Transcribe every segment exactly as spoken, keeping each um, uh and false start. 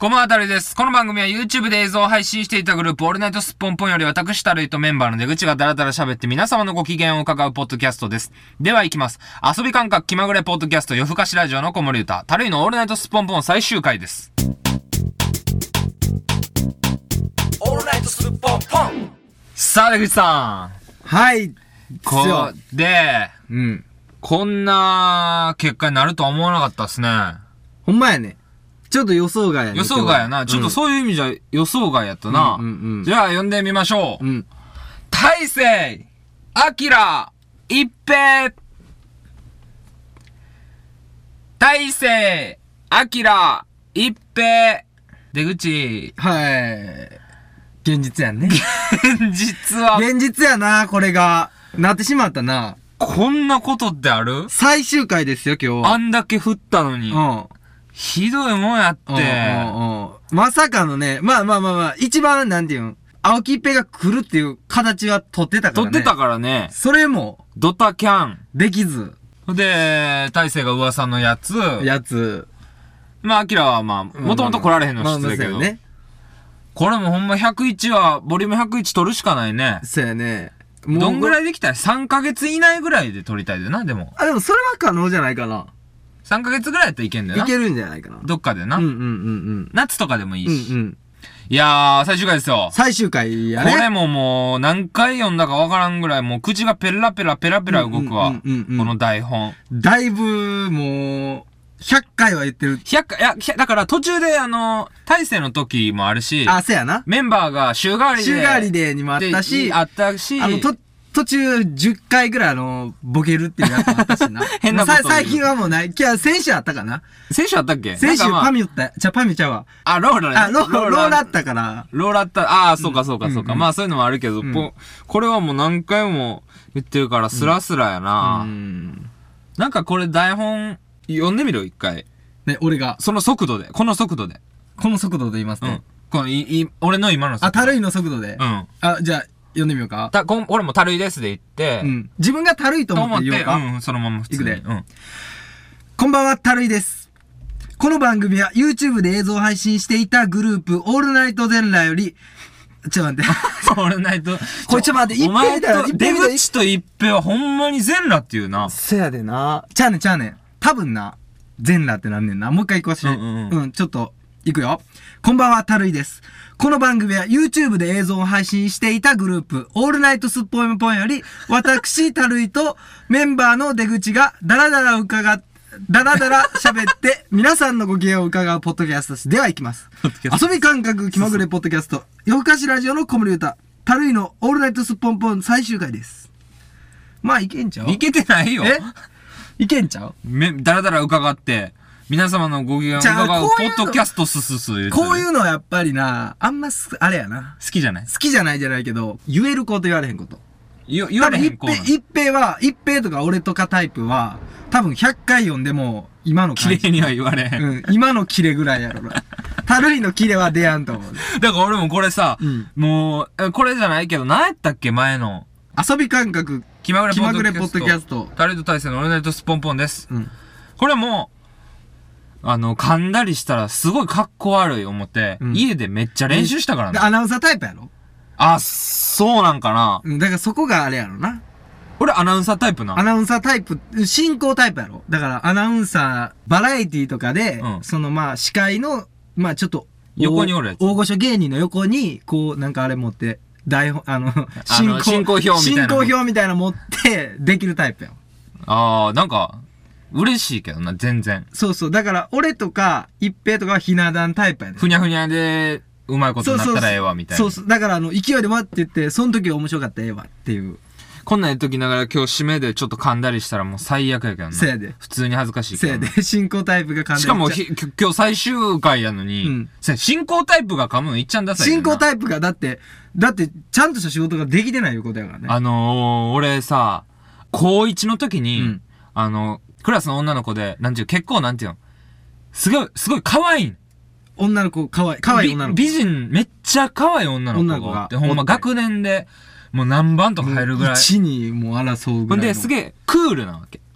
こんばんは、たるいです。この番組は YouTube で映像を配信していたグループ、オールナイトスッポンポンより私たるいとメンバーの出口がダラダラ喋って皆様のご機嫌を伺うポッドキャストです。では行きます。遊び感覚気まぐれポッドキャスト夜更かしラジオの子守歌、たるいのオールナイトスッポンポン最終回です。オールナイトスッポンポン。さあ、出口さん。はい。 こう、で、 うん。 こんな結果になるとは思わなかったっすね。 ほんまやね。ちょっと予想外やね。 予想外やな。ちょっとそういう意味じゃ予想外やったな。 うんうんうん、 じゃあ読んでみましょう。 うん。 大勢、あきら、一平。大勢、あきら、一平。出口。 はい。現実やんね。 現実は。 現実やな、これが。なってしまったな。 こんなことってある？ 最終回ですよ、今日は。 あんだけ降ったのに。 うん。 ひどいもんやって。うんうんうん、まさかのね、まあまあまあまあ、一番なんていうん、青木一平が来るっていう形は取ってたからね。 取ってたからね。 それも、 ドタキャン。 できず。 で、大勢が噂のやつ。 やつ。 まあ、アキラはまあ、もともと来られへんの知ってたけど。まあまあまあね。これもほんまひゃくいちは、ボリュームひゃくいち取るしかないね。 そうやね。 もうどんぐらいできたい ?さん ヶ月以内ぐらいで取りたいでな、でも。 あ、でもそれは可能じゃないかな。 さんかげつぐらいやったらいけんだよな。 いけるんじゃないかな。 どっかでな。 うんうんうんうん。 夏とかでもいいし。 うんうん。 いやー、最終回ですよ。 最終回やね。 これももう、何回読んだかわからんぐらい、もう口がペラペラペラペラ動くわ。この台本。 だいぶ、もう、ひゃっかいは言ってる。 ひゃっかい、いや、だから途中であの、大勢の時もあるし。 あ、そうやな。 メンバーが週替わりで。 週替わりでにもあったし。 あったし。 あの、と、途中じゅっかいぐらいあの、ボケるっていうやつもあったしな。 変なこと。 最近はもうない。今日先週あったかな。 先週あったっけ？ 先週パミュった。じゃ、パミュちゃうわ。 あ、ローラね。 あ、ローラ、ローラあったから。 ローラあった。ああ、そうかそうかそうか。まあそういうのもあるけど、これはもう何回も言ってるからスラスラやな。なんかこれ台本読んでみろ、一回。 ね、俺が。 その速度で。この速度で。 この速度で言いますね。 この、い、い、俺の今の速度。あ、たるいの速度で。 うん。 あ、じゃあ、読んでみようか。 た、こん、俺もたるいですで言って、 うん。自分がたるいと思って言おうか。 うん、そのまま普通に。いくで。うん。 こんばんは、たるいです。この番組は YouTube で映像配信していたグループ、オールナイト全裸より、ちょっと待って。 オールナイト。 これちょっと待って、一平だよ。 出口と一平はほんまに全裸っていうな。 せやでな。ちゃうねんちゃうねん。多分な、全裸ってなんねんな。もう一回行こうし。うん、うんうん、ちょっと、行くよ。こんばんは、たるいです。この番組は YouTube で映像を配信していたグループ、オールナイトスッポンポンより、私、たるいとメンバーの出口がダラダラ伺っ、ダラダラ喋って、皆さんのご機嫌を伺うポッドキャストです。では行きます。遊び感覚気まぐれポッドキャスト、夜更かしラジオの子守歌、たるいのオールナイトスッポンポン最終回です。まあ、いけんちゃう？ いけてないよ。 えいけんちゃう？ め、ダラダラ伺って、皆様のご機嫌を伺うポッドキャストススス言うてる。 こういうのはやっぱりな、あんます、あれやな。 好きじゃない？ 好きじゃないじゃないけど、言えること言われへんこと。 言、言われへんこと。 一平は、一平とか俺とかタイプは、多分ひゃっかい読んでも、今の綺麗には言われへん。 うん、今のキレぐらいやろな。たるいのキレは出やんと思う。 だから俺もこれさ、うん、もう、これじゃないけど、何やったっけ前の。 遊び感覚、 気まぐれポッドキャスト。 たるいと大勢のオールナイトスポンポンです。うん、これも、あの、噛んだりしたらすごい格好悪い思って、うん、家でめっちゃ練習したからね。 アナウンサータイプやろ？ あ、そうなんかな。 うん、だからそこがあれやろな。 俺アナウンサータイプな。 アナウンサータイプ、進行タイプやろ？だからアナウンサー、バラエティとかで、うん、そのまあ司会の、まあちょっと、 横におるやつ。 大御所芸人の横に、こう、なんかあれ持って、台本、あの、進行、 進行表みたいな。 進行表みたいな持って、できるタイプやん。 あー、なんか、嬉しいけどな、全然。 そうそう。だから、俺とか、一平とかはひな壇タイプやね。 ふにゃふにゃで、うまいことになったらええわ、みたいな。 そうそう。だから、あの、勢いでわって言って、その時は面白かったらええわっていう。 こんなんやっときながら今日締めでちょっと噛んだりしたらもう最悪やけどな。 せやで。 普通に恥ずかしいけど。せやで。進行タイプが噛んだり。 しかもひ、今日最終回やのに、うん、進行タイプが噛むのいっちゃんダサいよな。 進行タイプが、だって、だって、ちゃんとした仕事ができてないいうことやからね。 あのー、俺さ、高一の時に、うん、あの、クラスの女の子で、なんていう、結構なんていうの、すごい、すごい可愛い。 女の子、可愛い、可愛い女の子。 美人、めっちゃ可愛い女の子がおって、ほんま学年で、もう何番とか入るぐらい。 一にもう争うぐらい。 ほんで、すげえ、クールなわけ。 可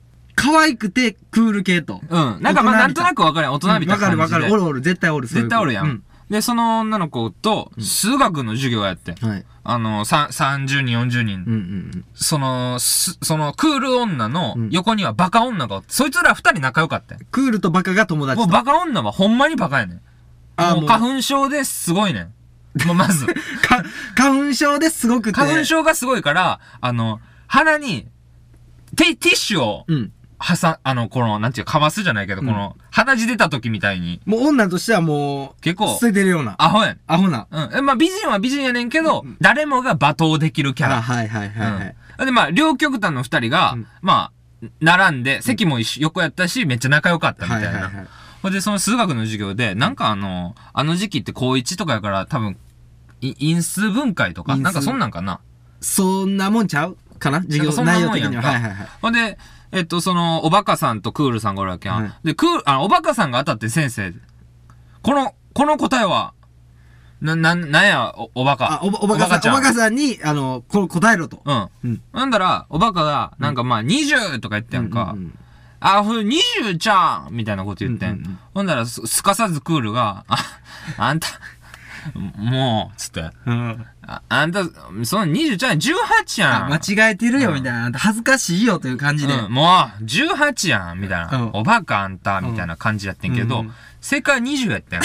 可愛くてクール系と。 うん。なんかまあなんとなくわかるやん。大人びた感じで。 わかるわかる。おるおる。絶対おる。 絶対おるやん。で、その女の子と、数学の授業やって。はい。あの、さ、さんじゅうにん、よんじゅうにん。うんうんうん。その、す、その、クール女の横にはバカ女がおって、そいつら二人仲良かったよ。 クールとバカが友達と。 もうバカ女はほんまにバカやねん。あもう花粉症ですごいねん。もうまず。 か、花粉症ですごくて。 花粉症がすごいから、あの、鼻に、テ、ティッシュを、うん。はさ、あの、この、なんていうか、かますじゃないけど、うん、この、鼻血出た時みたいに。 もう女としてはもう、結構、捨ててるような。 アホやん。 アホな。 うん。まあ、美人は美人やねんけど、うん、誰もが罵倒できるキャラ。 はいはいはいはい。 うん、で、まあ、両極端の二人が、うん、まあ、並んで、席も一緒、横やったし、めっちゃ仲良かったみたいな。はいはいはい。ほんで、その数学の授業で、なんかあの、あの時期って高一とかやから、多分、因数分解とか、なんかそんなんかな。 そんなもんちゃうかな授業内容的には。はいはいはい。 ほんで、えっと、その、おバカさんとクールさんがおるわけやん。はい、で、クール、あの、おバカさんが当たって先生、この、この答えは、な、な、なんや、お、おバカ。 あ、お、おバカさん、おバカさんに、あの、これ答えろと。 うん。うん。なんだら、おバカが、なんかまあ、にじゅうとか言ってやんか。うんうんうん、あ、ふ、にじゅうちゃんみたいなこと言ってん。うんうんうん、ほんだらす、すかさずクールが、あ、あんた、もう、つって。うん。あ、あんた、そのにじゅうちゃん、じゅうはちやん。 間違えてるよ、みたいな。あんた恥ずかしいよ、という感じで。 うん、もう、じゅうはちやん、みたいな。うん、おバカあんた、みたいな感じやってんけど、うん、正解にじゅうやったやん。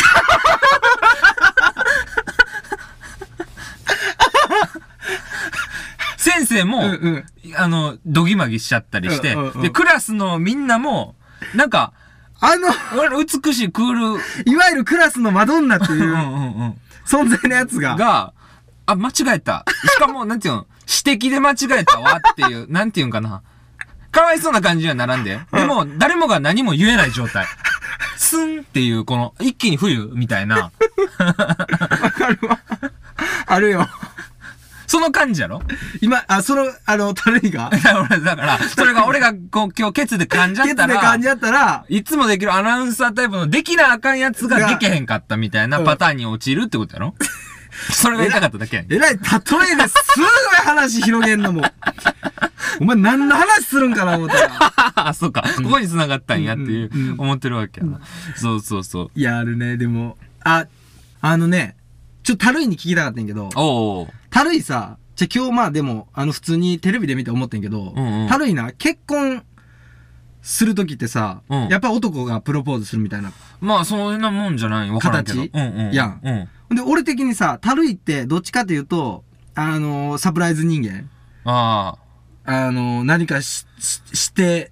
先生も、うんうん、あの、どぎまぎしちゃったりして、うんうんうん、で、クラスのみんなも、なんか、 あの、 美しいクール。 いわゆるクラスのマドンナっていう、うんうんうん、存在のやつが。 が、あ、間違えた。しかも、なんていうの、指摘で間違えたわっていう、なんていうんかな。かわいそうな感じにはならんで。でも、誰もが何も言えない状態。スンっていう、この、一気に冬みたいな。わかるわ。あるよ。 その感じやろ今、あ、その、あの、たるいがだから、それが俺がこう、今日ケツで噛んじゃったら、 ケツで噛んじゃったら、 いつもできるアナウンサータイプのできなあかんやつができへんかったみたいなパターンに陥るってことやろ、うん、それが言いたかっただけやん。 えらい、例えですごい話広げんのも。お前何の話するんかな思ったら。 あ、そうか。ここに繋がったんやっていう、うんうん、思ってるわけやな、うん。そうそうそう。 いや、あるね。でも、あ、あのね、ちょっとたるいに聞きたかったんやけど、 おうたるいさ、じゃ今日まあでも、あの普通にテレビで見て思ってんけど、うんうん、たるいな、結婚するときってさ、うん、やっぱ男がプロポーズするみたいな。 まあ、そんなもんじゃないわからんけど。 形、うんうん、やん。うん、で、俺的にさ、たるいってどっちかというと、あのー、サプライズ人間。 ああ。あのー、何かし、し、して、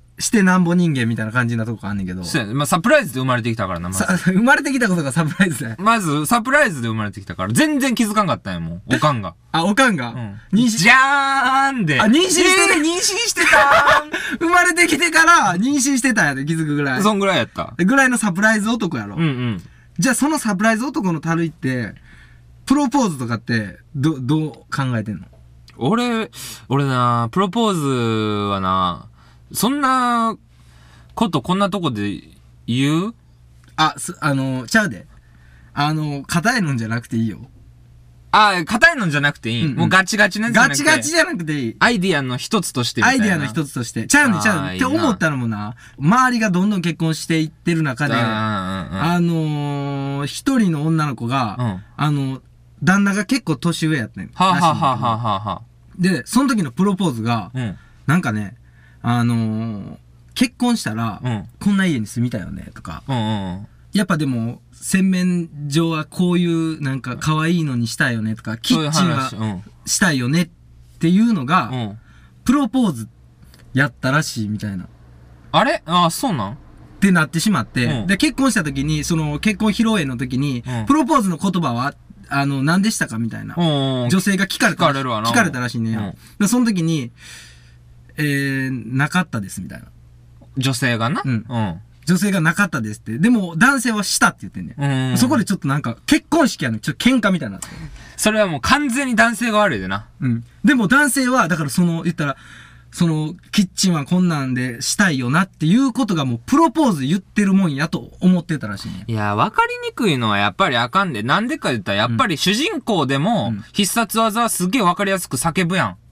してなんぼ人間みたいな感じなとこあんねんけど。 そうやね。まあ、サプライズで生まれてきたからな、まず。 生まれてきたことがサプライズだよ。 まず、サプライズで生まれてきたから、全然気づかんかったんやもん。おかんが。 あ、おかんが、うん、妊娠。 じゃーんで。 あ、妊娠してた、 えー、妊娠してたー生まれてきてから妊娠してたんやで、気づくぐらい。 そんぐらいやった。 ぐらいのサプライズ男やろ。 うんうん。 じゃあ、そのサプライズ男のたるいって、プロポーズとかって、ど、どう考えてんの？ 俺、俺な、プロポーズはな、そんな、ことこんなとこで言う？ あ、す、あの、ちゃうで。あの、硬いのんじゃなくていいよ。 あ、硬いのんじゃなくていい、うんうん、もうガチガチなやつじゃなくて。 ガチガチじゃなくていい。 アイディアの一つとしてみたいな。 アイディアの一つとして。ちゃうね、ちゃうね。って思ったのもな、周りがどんどん結婚していってる中で、あのー、一人の女の子が、うん、あの、旦那が結構年上やったん。 はあ、はあはあはあはあ、 で、その時のプロポーズが、うん、なんかね、あのー、結婚したら、うん、こんな家に住みたいよね、とか。 うんうん、 やっぱでも、洗面所はこういうなんか可愛いのにしたいよねとか、キッチンはしたいよねっていうのが、うん、プロポーズやったらしいみたいな。 あれああ、そうなんってなってしまって、うん、で、結婚した時に、その結婚披露宴の時に、うん、プロポーズの言葉は、あの、何でしたかみたいな。女性が聞かれた。 聞かれるわな。 聞かれたらしいね。うん、でその時に、えー、なかったですみたいな。 女性がな。 うん。うん女性がなかったですって。でも、男性はしたって言ってんねん。そこでちょっとなんか、結婚式やねん。ちょっと喧嘩みたいになって。 それはもう完全に男性が悪いでな。 うん。でも男性は、だからその、言ったら、その、キッチンはこんなんでしたいよなっていうことがもう、プロポーズ言ってるもんやと思ってたらしいね。 いや、わかりにくいのはやっぱりあかんで。なんでか言ったら、やっぱり主人公でも、必殺技はすげえわかりやすく叫ぶやん。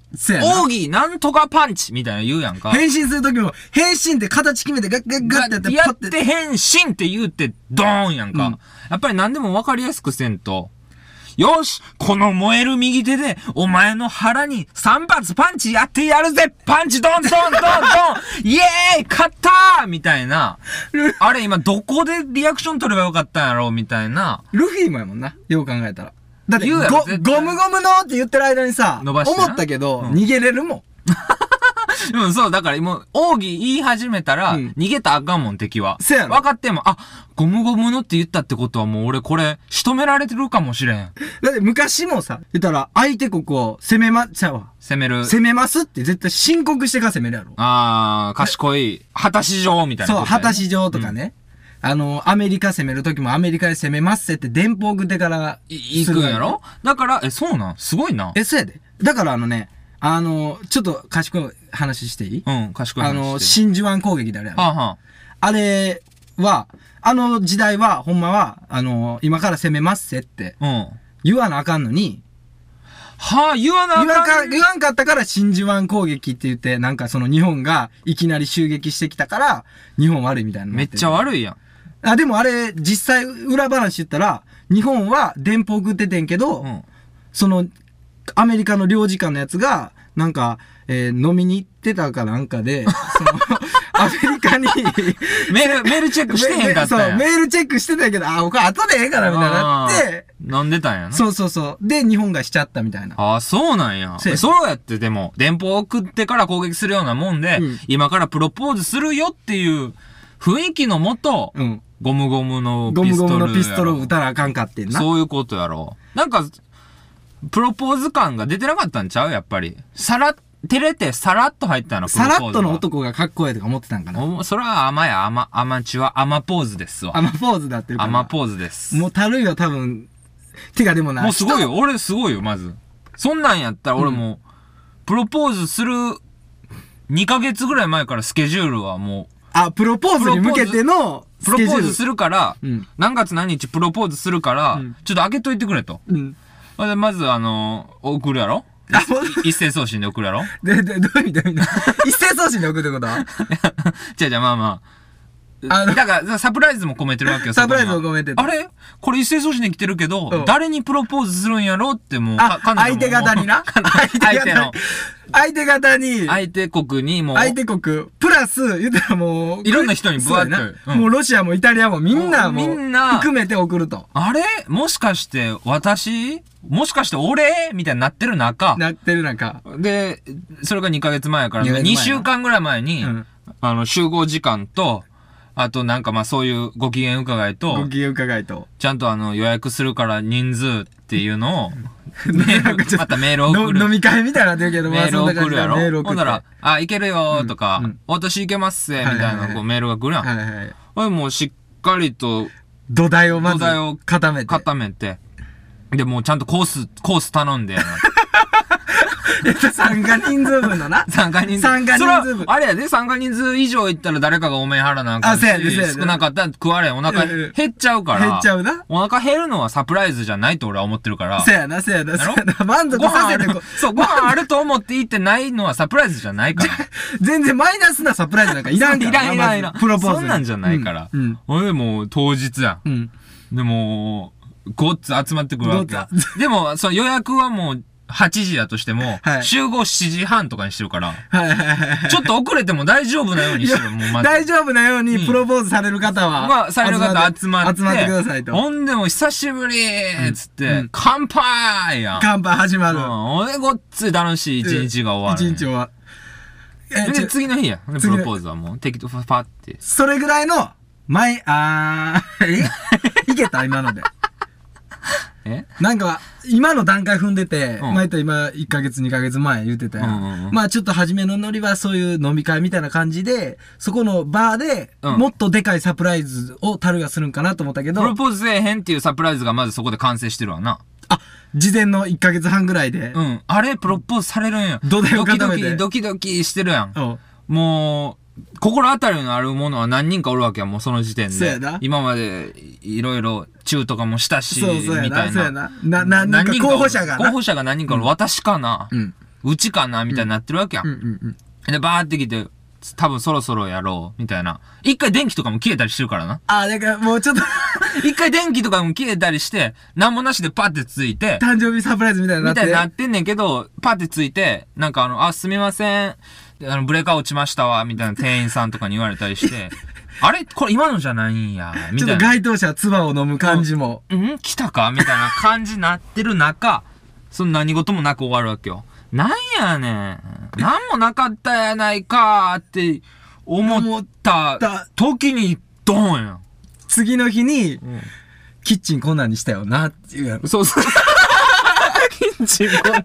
そうやな。 奥義なんとかパンチみたいな言うやんか。 変身するときも、変身って形決めてガッガッガッってやって、 やパッって変身って言うて、ドーンやんか。 うんやっぱり何でも分かりやすくせんと。よしこの燃える右手で、お前の腹に三発パンチやってやるぜパンチドンドンドンドンイエーイ勝ったーみたいな。あれ今どこでリアクション取ればよかったんやろうみたいな。 ルフィもやもんな。よう考えたら。だって、 言うやろゴ絶対ゴムゴムのって言ってる間にさ、 伸ばしてな思ったけど、 うん逃げれるもん。 うん、そう、だからもう、奥義言い始めたら、 うん逃げたらあかんもん、敵は。 せやろ分かっても、あ、ゴムゴムのって言ったってことはもう俺これ、仕留められてるかもしれん。 だって昔もさ、言ったら相手国を攻めま、ちゃうわ。 攻める。 攻めますって絶対申告してから攻めるやろ。 あー、賢い、果たし状みたいなそう、 ことやね。 果たし状とかね。あの、アメリカ攻めるときもアメリカで攻めますって電報送ってからい行くんやろだから、え、そうなんすごいな。 え、そうやで。だからあのね、あの、ちょっと賢い話していいうん、賢い話あの、 して真珠湾攻撃であるやろ。 はあ、はあれは、あの時代は、ほんまは、あの、今から攻めますせってあ、うん。 言わなあかんのに、 はあ、言わなあ言わんか、 かん。 言わんかったから真珠湾攻撃って言って、なんかその日本がいきなり襲撃してきたから、日本悪いみたいな。 めっちゃ悪いやん。 あ、でもあれ、実際裏話言ったら、日本は電報送っててんけど、 うん。 その、アメリカの領事館のやつが、なんか、えー飲みに行ってたかなんかで、その、アメリカにメール、メールチェックしてへんかったんや。 そう、メールチェックしてたけど、あ、僕後でええからみたいになって、 飲んでたんやな。 そうそうそう。で、日本がしちゃったみたいな。 ああ、そうなんや。 そうやそうやってでも、電報送ってから攻撃するようなもんで、 うん今からプロポーズするよっていう雰囲気のもと、 うん。 ゴムゴムのゴムピストルやろ。 ゴムのピストルを撃たなあかんかってんな。 そういうことやろ。なんか、プロポーズ感が出てなかったんちゃうやっぱり。さら、照れてさらっと入ったの、プロポーズは。 さらっとの男がかっこいいとか思ってたんかな。 おそれは甘や、甘、アマチュア、アマポーズですわ。 アマポーズだってるから。 アマポーズです。 もうたるいは多分、てかでもな。 もうすごいよ。 人俺すごいよ、まず。そんなんやったら俺も、プロポーズするにかげつぐらい前からスケジュールはもう、 あ、プロポーズに向けてのプロポーズするから、 うん何月何日プロポーズするから、 うんちょっと開けといてくれと。 うん。 ほんで、まずあの、送るやろあ、もう、 一斉送信で送るやろで、で、どういう意味どういう意味一斉送信で送ってことじゃあじゃあまあまあ。 あのだから、サプライズも込めてるわけよ、 サプライズそこにはを込めててあれこれ一斉送信で来てるけど、 うん誰にプロポーズするんやろってもう、 あ、 か彼女も相手方にな。 相手の、 相手方に、 相手国にもう、 相手国、プラス、言ったらもう、 いろんな人にブワッとそうやなうんもうロシアもイタリアもみんなもう、 みんな含めて送ると。 あれもしかして私もしかして俺みたいになってる中、 なってる中。 で、それがにかげつまえやから、 にかげつまえなにしゅうかんぐらい前に、 うんあの、集合時間と、あとなんかまあそういうご機嫌伺いごと、 機嫌伺いと。 ちゃんとあの予約するから人数っていうのを、メール、 なんかちょっとまたメールを送の飲る。 み会みたいになってるけど、 メールをまあそんな感じで送るやろメール送って。 ほんなら、あ、いけるよーとか、 うんうん私いけますぜみたいはいはいはないこうメールが来るやん。 はいはい。 これもうしっかりと土台をまず土台を固めて。 固めて、で、もうちゃんとコース、コース頼んでやな。 えっと、参加人数分のな。 参加人数。 参加人数分それはあれやで、参加人数以上いったら誰かがお面払わなあかんし。 あそうやでそうやで少なかったら食われん。お腹うんうん減っちゃうから。 減っちゃうな。 お腹減るのはサプライズじゃないと俺は思ってるから。 せやな、せやな、 やろせやな。満足ご飯あるさせてこ、 そう、ご飯あると思って行ってないのはサプライズじゃないから。 全然マイナスなサプライズなんかいらんから。 いらんいらんいらん。 まずプロポーズ。 そんなんじゃないから。 うん。うんほんでもう当日やうん。 ん。でもう、ごっつ集まってくるわけやごっつ。 でも、その予約はもうはちじだとしても、 はい集合しちじはんとかにしてるから、 はいはいはいはい。 ちょっと遅れても大丈夫なようにしてる、もうまず。 大丈夫なようにプロポーズされる方は、 まあ、される方集まって。 集まってくださいと。 ほんでも久しぶりーっつって、 うんうん乾杯やん。 乾杯始まる。 うん。ほんでごっつい楽しい一日が終わる。 一日終わる。え、 で、 ちょ次の日や。でプ次のロポーズはもう適当パパって。 それぐらいの、前、あー、えいけた今ので。 えなんか、今の段階踏んでて、 うん前と今いっかげつにかげつまえ言ってたやん。 うんうんうんまあちょっと初めのノリはそういう飲み会みたいな感じで、そこのバーで、 うんもっとでかいサプライズをタルがするんかなと思ったけど、 プロポーズせえへんっていうサプライズがまずそこで完成してるわな。 あ、事前のいっかげつはんぐらいで、 うん。あれ、プロポーズされるんや。 土台をドキ固めてドキ、ドキドキしてるやん。 おうもう、心当たりのあるものは何人かおるわけや、もうその時点でそうやな。 今までいろいろチューとかもしたし、 そうそうやな、 みたいな。 そうやな。な、何人か候補者がな。 候補者が何人かおる。私かな。 うん。 うちかなみたいになってるわけやん。 うんうんうん。 で、バーって来て、多分そろそろやろう、みたいな。一回電気とかも消えたりしてるからな。 あ、だからもうちょっと一回電気とかも消えたりして、なんもなしでパってついて、 誕生日サプライズみたいになって。 みたいになってんねんけど、パってついて、なんかあの、あ、すみません。あの、ブレーカー落ちましたわ、みたいな店員さんとかに言われたりして、あれこれ今のじゃないんや、みたいな。 ちょっと該当者唾を飲む感じも。 うん、うん、来たかみたいな感じになってる中、その何事もなく終わるわけよ。なんやねん。なんもなかったやないかーって思った時にドーンやん。 次の日に、 うん、 キッチンこんなんにしたよなっていうやろ。 そうそう。キッチンこんなん。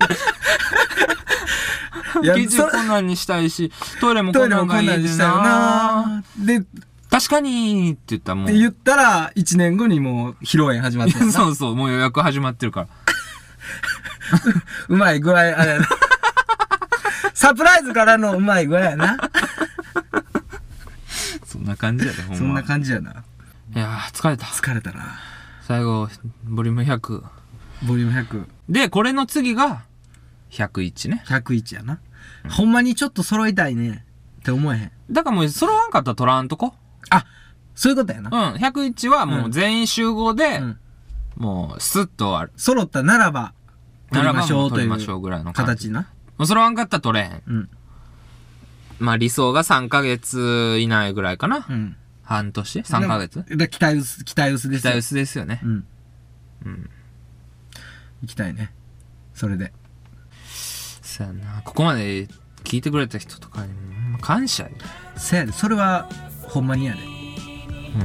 キッチンこんなんにしたいし、トイレもこんなんがいいでな。トイレもこんなんにしたよな。で、確かにーって言ったらもう。 って言ったら、一年後にもう披露宴始まってる。 そうそう、もう予約始まってるから。 うまい具合、あれやな。サプライズからのうまい具合やな。 そんな感じやで、ほんま。 そんな感じやな。 いやー、疲れた。 疲れたな。 最後、ボリュームひゃく。 ボリュームひゃく。 で、これの次が、ひゃくいちね。 ひゃくいちやな。うん、ほんまにちょっと揃いたいね。って思えへん。 だからもう揃わんかったら取らんとこ。 あ、そういうことやな。 うん。ひゃくいちはもう全員集合で、うん、もうスッとある。 揃ったならば、取りましょうという形な。 もう揃わんかったら取れへん。 うん。 まあ理想がさんかげつ以内ぐらいかな。 うん。 半年 ?さん ヶ月で、期待薄、期待薄ですよ。期待薄ですよね。 うん。うん。行きたいね。それで。 そうやな。ここまで聞いてくれた人とかにも感謝よ。 そうやで。それは、ほんまにやで。 うん。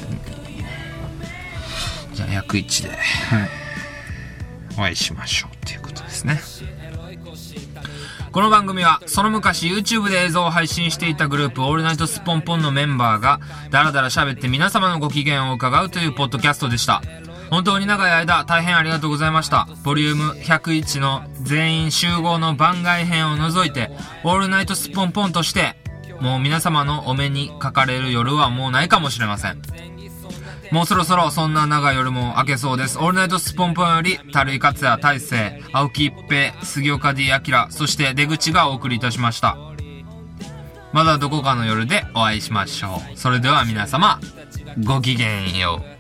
じゃあひゃくいちで。はい。お会いしましょうっていうことですね。この番組はその昔 YouTube で映像を配信していたグループオールナイトスポンポンのメンバーがダラダラ喋って皆様のご機嫌を伺うというポッドキャストでした。本当に長い間大変ありがとうございました。ボリュームひゃくいちの全員集合の番外編を除いてオールナイトスポンポンとしてもう皆様のお目にかかれる夜はもうないかもしれません。もうそろそろそんな長い夜も明けそうです。オールナイトスポンポンより、樽井勝也大成、青木一平、杉岡 D 明、そして出口がお送りいたしました。まだどこかの夜でお会いしましょう。それでは皆様、ごきげんよう。